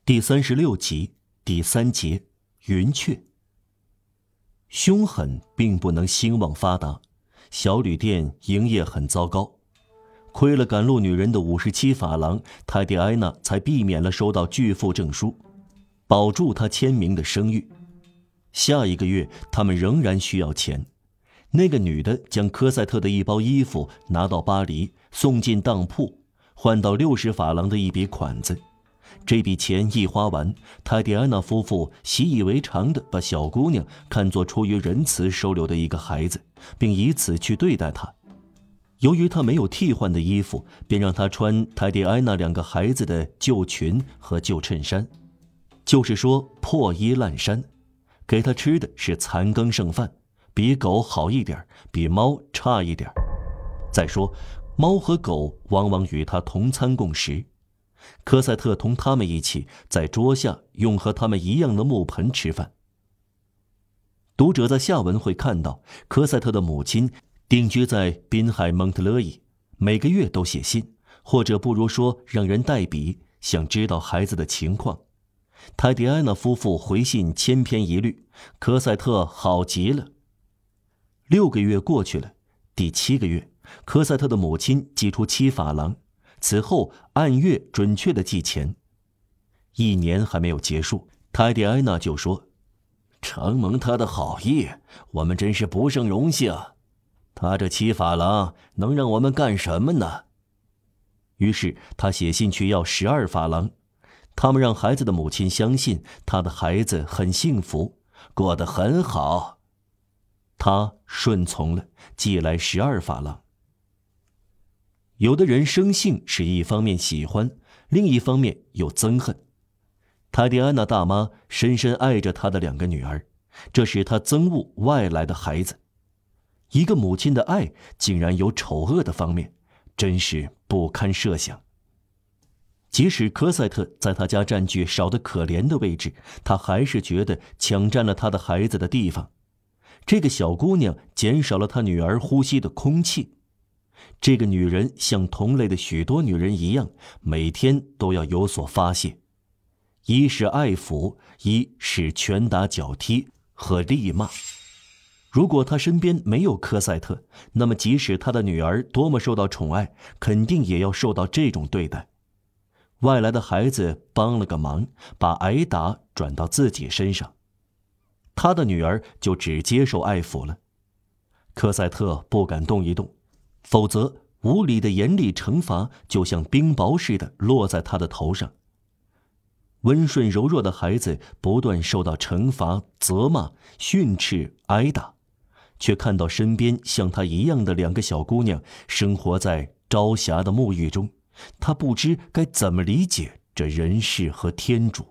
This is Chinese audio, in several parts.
第36集第3节云雀。凶狠并不能兴旺发达，小旅店营业很糟糕。亏了赶路女人的57法郎，泰迪埃娜才避免了收到巨富证书，保住她签名的声誉。下一个月他们仍然需要钱。那个女的将科赛特的一包衣服拿到巴黎，送进当铺，换到60法郎的一笔款子。这笔钱一花完，泰迪安娜夫妇习以为常地把小姑娘看作出于仁慈收留的一个孩子，并以此去对待她。由于她没有替换的衣服，便让她穿泰迪安娜2个孩子的旧裙和旧衬衫，就是说破衣烂衫。给她吃的是残羹剩饭，比狗好一点，比猫差一点。再说猫和狗往往与她同餐共食，科赛特同他们一起在桌下用和他们一样的木盆吃饭。读者在下文会看到，科赛特的母亲定居在滨海蒙特勒伊，每个月都写信，或者不如说让人代笔，想知道孩子的情况。泰迪安娜夫妇回信千篇一律，科赛特好极了。6个月过去了，第7个月，科赛特的母亲寄出7法郎，此后按月准确地计钱。1年还没有结束，泰迪安娜就说：“承蒙他的好意，我们真是不胜荣幸。他这7法郎能让我们干什么呢？”于是他写信去要12法郎。他们让孩子的母亲相信他的孩子很幸福，过得很好。他顺从了，寄来12法郎。有的人生性是一方面喜欢，另一方面又憎恨。泰迪安娜大妈深深爱着她的2个女儿，这使她憎恶外来的孩子。一个母亲的爱竟然有丑恶的方面，真是不堪设想。即使科赛特在他家占据少得可怜的位置，他还是觉得抢占了他的孩子的地方。这个小姑娘减少了他女儿呼吸的空气。这个女人像同类的许多女人一样，每天都要有所发泄，一是爱抚，一是拳打脚踢和厉骂。如果她身边没有科赛特，那么即使她的女儿多么受到宠爱，肯定也要受到这种对待。外来的孩子帮了个忙，把挨打转到自己身上，他的女儿就只接受爱抚了。科赛特不敢动一动，否则无理的严厉惩罚就像冰雹似的落在他的头上。温顺柔弱的孩子不断受到惩罚、责骂、训斥、挨打，却看到身边像他一样的2个小姑娘生活在朝霞的沐浴中，他不知该怎么理解这人世和天主。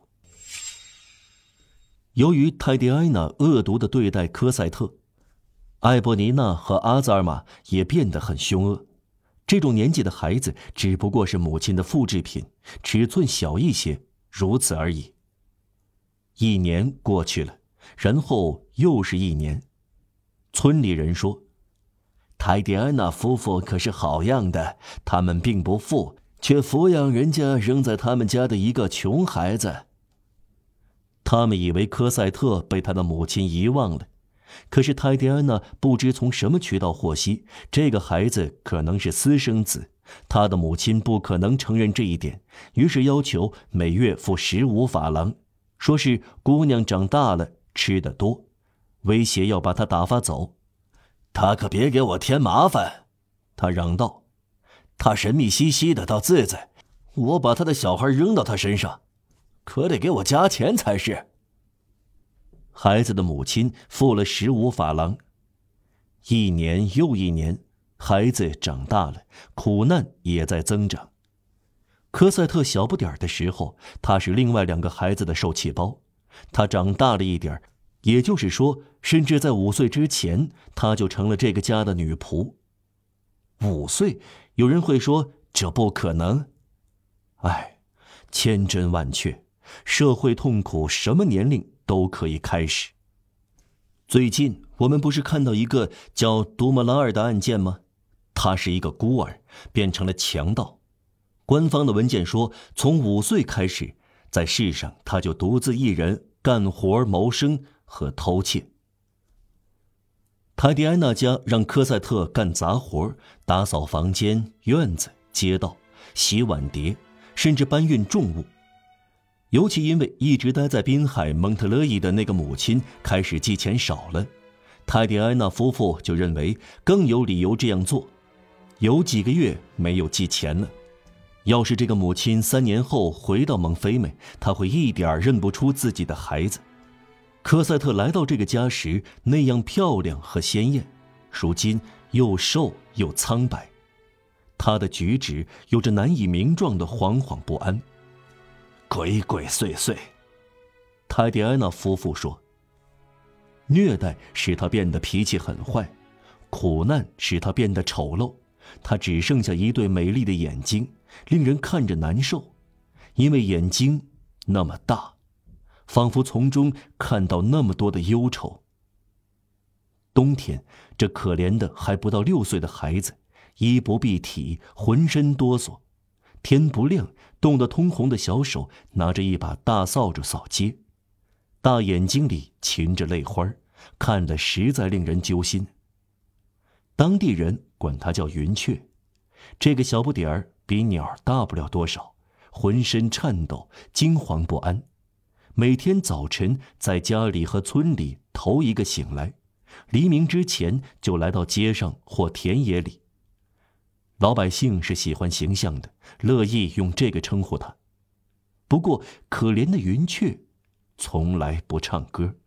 由于泰迪埃娜恶毒地对待科赛特，艾伯尼娜和阿扎尔玛也变得很凶恶。这种年纪的孩子只不过是母亲的复制品，尺寸小一些，如此而已。1年过去了，然后又是1年。村里人说，泰迪安娜夫妇可是好样的，他们并不富，却抚养人家扔在他们家的一个穷孩子。他们以为科赛特被他的母亲遗忘了，可是泰迪安娜不知从什么渠道获悉，这个孩子可能是私生子，他的母亲不可能承认这一点，于是要求每月付15法郎，说是姑娘长大了，吃得多，威胁要把她打发走。他可别给我添麻烦，他嚷道。他神秘兮兮的到自在，我把他的小孩扔到他身上，可得给我加钱才是。孩子的母亲付了15法郎。1年又1年，孩子长大了，苦难也在增长。科赛特小不点的时候，他是另外2个孩子的受气包。他长大了一点，也就是说，甚至在5岁之前，他就成了这个家的女仆。5岁，有人会说这不可能。唉，千真万确，社会痛苦什么年龄都可以开始。最近我们不是看到一个叫杜莫拉尔的案件吗？他是一个孤儿，变成了强盗。官方的文件说，从5岁开始， 在世上他就独自一人干活谋生和偷窃。泰迪安娜家让科赛特干杂活，打扫房间、院子、街道，洗碗碟，甚至搬运重物。尤其因为一直待在滨海蒙特勒伊的那个母亲开始寄钱少了，泰迪安娜夫妇就认为更有理由这样做。有几个月没有寄钱了，要是这个母亲3年后回到蒙菲美，她会一点认不出自己的孩子。科赛特来到这个家时那样漂亮和鲜艳，如今又瘦又苍白，她的举止有着难以名状的惶惶不安。鬼鬼祟祟，泰迪安娜夫妇说。虐待使他变得脾气很坏，苦难使他变得丑陋，他只剩下一对美丽的眼睛，令人看着难受，因为眼睛那么大，仿佛从中看到那么多的忧愁。冬天，这可怜的还不到6岁的孩子，衣不蔽体，浑身哆嗦，天不亮，冻得通红的小手拿着一把大扫帚扫街，大眼睛里噙着泪花，看了实在令人揪心。当地人管它叫云雀，这个小不点儿比鸟大不了多少，浑身颤抖，惊惶不安。每天早晨在家里和村里头一个醒来，黎明之前就来到街上或田野里。老百姓是喜欢形象的，乐意用这个称呼他。不过可怜的云雀从来不唱歌。